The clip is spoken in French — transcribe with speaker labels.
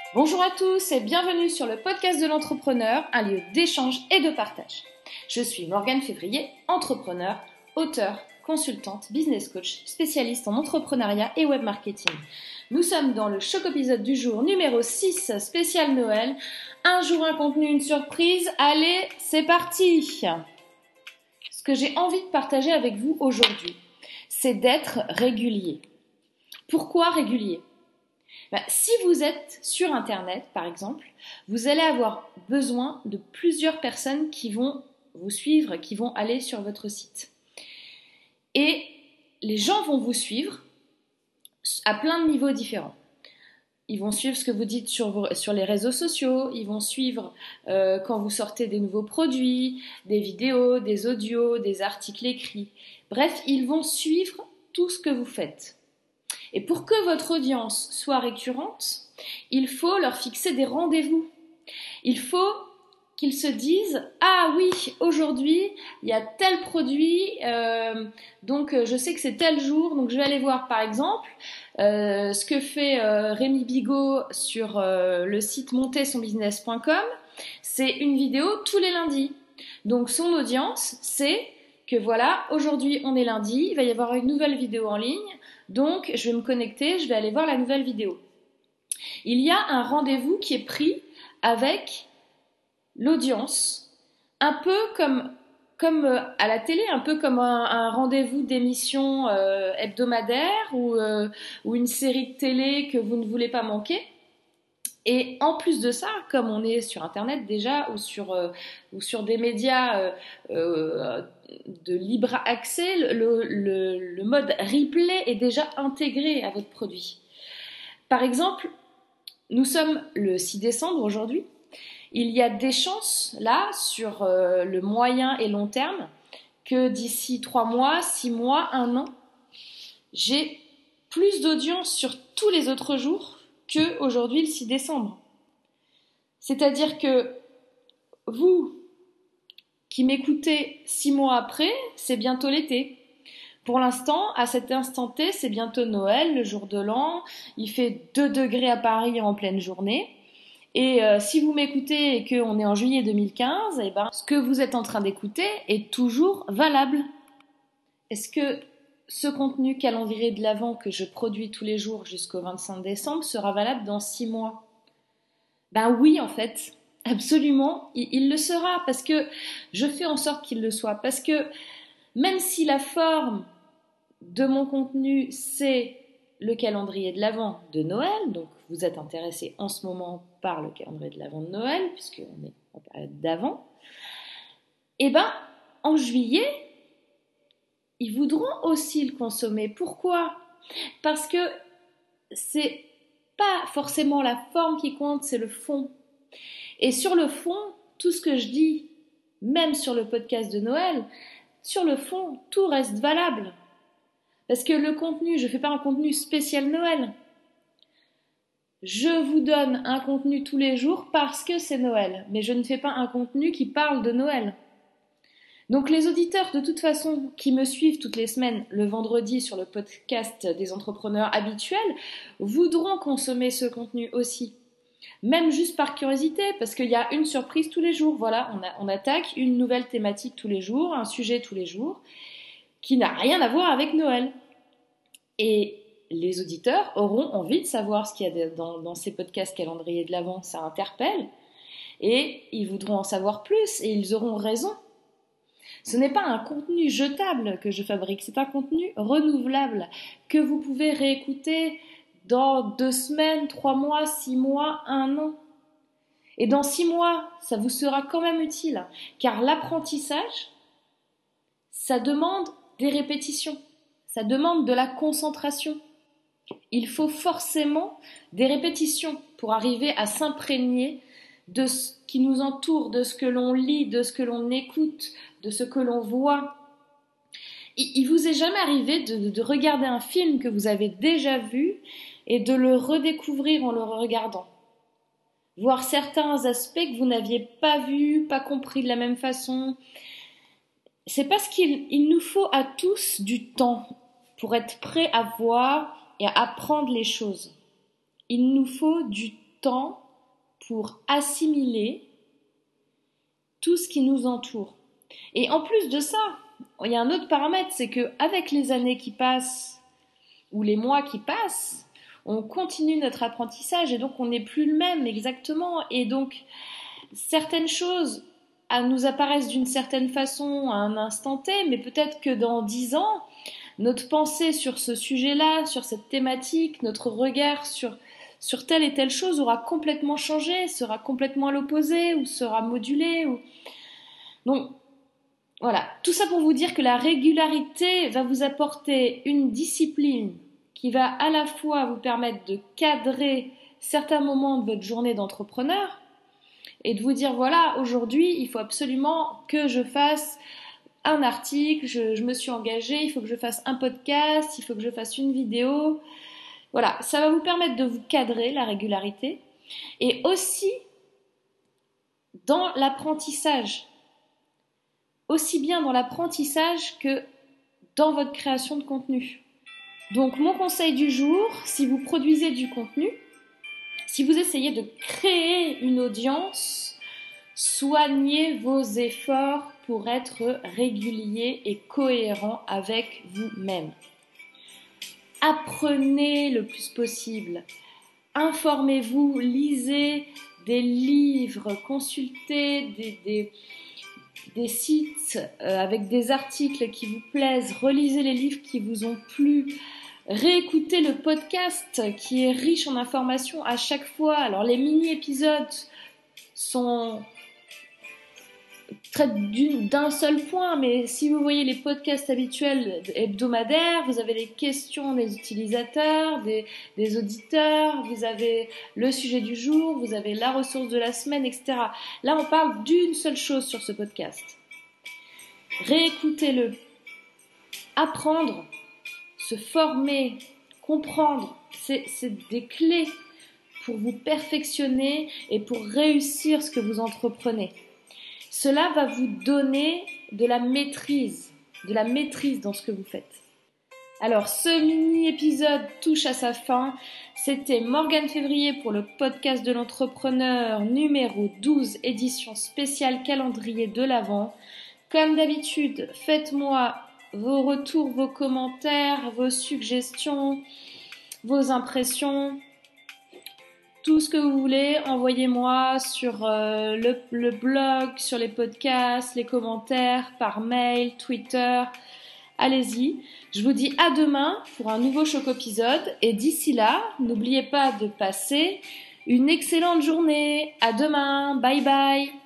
Speaker 1: Bonjour à tous et bienvenue sur le podcast de l'entrepreneur, un lieu d'échange et de partage. Je suis Morgane Février, entrepreneur, auteure, consultante, business coach, spécialiste en entrepreneuriat et web marketing. Nous sommes dans le choc épisode du jour numéro 6, spécial Noël. Un jour, un contenu, une surprise. Allez, c'est parti! Ce que j'ai envie de partager avec vous aujourd'hui, c'est d'être régulier. Pourquoi régulier ? Si vous êtes sur Internet, par exemple, vous allez avoir besoin de plusieurs personnes qui vont vous suivre, qui vont aller sur votre site. Et les gens vont vous suivre à plein de niveaux différents. Ils vont suivre ce que vous dites sur les réseaux sociaux, ils vont suivre quand vous sortez des nouveaux produits, des vidéos, des audios, des articles écrits. Bref, ils vont suivre tout ce que vous faites. Et pour que votre audience soit récurrente, il faut leur fixer des rendez-vous. Il faut qu'ils se disent « Ah oui, aujourd'hui, il y a tel produit, donc je sais que c'est tel jour, donc je vais aller voir par exemple ce que fait Rémi Bigot sur le site montersonbusiness.com. C'est une vidéo tous les lundis. Donc son audience, c'est que voilà, aujourd'hui on est lundi, il va y avoir une nouvelle vidéo en ligne, donc je vais me connecter, je vais aller voir la nouvelle vidéo. Il y a un rendez-vous qui est pris avec l'audience, un peu comme à la télé, un peu comme un rendez-vous d'émission hebdomadaire ou une série de télé que vous ne voulez pas manquer. Et en plus de ça, comme on est sur Internet déjà ou sur des médias de libre accès, le mode replay est déjà intégré à votre produit. Par exemple, nous sommes le 6 décembre aujourd'hui. Il y a des chances là sur le moyen et long terme que d'ici 3 mois, 6 mois, 1 an, j'ai plus d'audience sur tous les autres jours qu'aujourd'hui le 6 décembre. C'est-à-dire que vous qui m'écoutez 6 mois après, c'est bientôt l'été. Pour l'instant, à cet instant T, c'est bientôt Noël, le jour de l'an. Il fait 2 degrés à Paris en pleine journée. Et si vous m'écoutez et qu'on est en juillet 2015, ce que vous êtes en train d'écouter est toujours valable. Est-ce que ce contenu calendrier de l'Avent que je produis tous les jours jusqu'au 25 décembre sera valable dans 6 mois ? Oui, en fait, absolument, il le sera, parce que je fais en sorte qu'il le soit. Parce que même si la forme de mon contenu, c'est le calendrier de l'Avent de Noël, donc vous êtes intéressé en ce moment par le calendrier de l'Avent de Noël, puisqu'on est en période d'Avent, en juillet, ils voudront aussi le consommer. Pourquoi ? Parce que c'est pas forcément la forme qui compte, c'est le fond. Et sur le fond, tout ce que je dis, même sur le podcast de Noël, sur le fond, tout reste valable. Parce que le contenu, je ne fais pas un contenu spécial Noël. Je vous donne un contenu tous les jours parce que c'est Noël. Mais je ne fais pas un contenu qui parle de Noël. Donc les auditeurs, de toute façon, qui me suivent toutes les semaines, le vendredi sur le podcast des entrepreneurs habituels, voudront consommer ce contenu aussi. Même juste par curiosité, parce qu'il y a une surprise tous les jours. Voilà, on attaque une nouvelle thématique tous les jours, un sujet tous les jours, qui n'a rien à voir avec Noël. Et les auditeurs auront envie de savoir ce qu'il y a dans ces podcasts calendrier de l'Avent. Ça interpelle. Et ils voudront en savoir plus, et ils auront raison. Ce n'est pas un contenu jetable que je fabrique, c'est un contenu renouvelable que vous pouvez réécouter dans 2 semaines, 3 mois, 6 mois, 1 an. Et dans 6 mois, ça vous sera quand même utile, car l'apprentissage, ça demande des répétitions, ça demande de la concentration. Il faut forcément des répétitions pour arriver à s'imprégner de ce qui nous entoure, de ce que l'on lit, de ce que l'on écoute, de ce que l'on voit. Il vous est jamais arrivé de regarder un film que vous avez déjà vu et de le redécouvrir en le regardant. Voir certains aspects que vous n'aviez pas vus, pas compris de la même façon. C'est parce qu'il nous faut à tous du temps pour être prêts à voir et à apprendre les choses. Il nous faut du temps pour assimiler tout ce qui nous entoure. Et en plus de ça, il y a un autre paramètre, c'est qu'avec les années qui passent ou les mois qui passent, on continue notre apprentissage et donc on n'est plus le même exactement. Et donc certaines choses nous apparaissent d'une certaine façon à un instant T, mais peut-être que dans 10 ans, notre pensée sur ce sujet-là, sur cette thématique, notre regard sur telle et telle chose aura complètement changé, sera complètement à l'opposé ou sera modulé. Donc voilà, tout ça pour vous dire que la régularité va vous apporter une discipline qui va à la fois vous permettre de cadrer certains moments de votre journée d'entrepreneur et de vous dire voilà, aujourd'hui, il faut absolument que je fasse un article, je me suis engagée, il faut que je fasse un podcast, il faut que je fasse une vidéo. Voilà, ça va vous permettre de vous cadrer la régularité et aussi dans l'apprentissage. Aussi bien dans l'apprentissage que dans votre création de contenu. Donc mon conseil du jour, si vous produisez du contenu, si vous essayez de créer une audience, soignez vos efforts pour être régulier et cohérent avec vous-même. Apprenez le plus possible. Informez-vous, lisez des livres, consultez des sites avec des articles qui vous plaisent, relisez les livres qui vous ont plu, réécoutez le podcast qui est riche en informations à chaque fois. Alors les mini-épisodes traitent d'un seul point, mais si vous voyez les podcasts habituels hebdomadaires, vous avez les questions des utilisateurs, des auditeurs, vous avez le sujet du jour, vous avez la ressource de la semaine, etc. Là, on parle d'une seule chose sur ce podcast. Réécoutez-le. Apprendre, se former, comprendre, c'est des clés pour vous perfectionner et pour réussir ce que vous entreprenez. Cela va vous donner de la maîtrise dans ce que vous faites. Alors, ce mini-épisode touche à sa fin. C'était Morgane Février pour le podcast de l'entrepreneur numéro 12, édition spéciale calendrier de l'Avent. Comme d'habitude, faites-moi vos retours, vos commentaires, vos suggestions, vos impressions. Tout ce que vous voulez, envoyez-moi sur le blog, sur les podcasts, les commentaires, par mail, Twitter. Allez-y. Je vous dis à demain pour un nouveau Choc-épisode. Et d'ici là, n'oubliez pas de passer une excellente journée. À demain. Bye bye.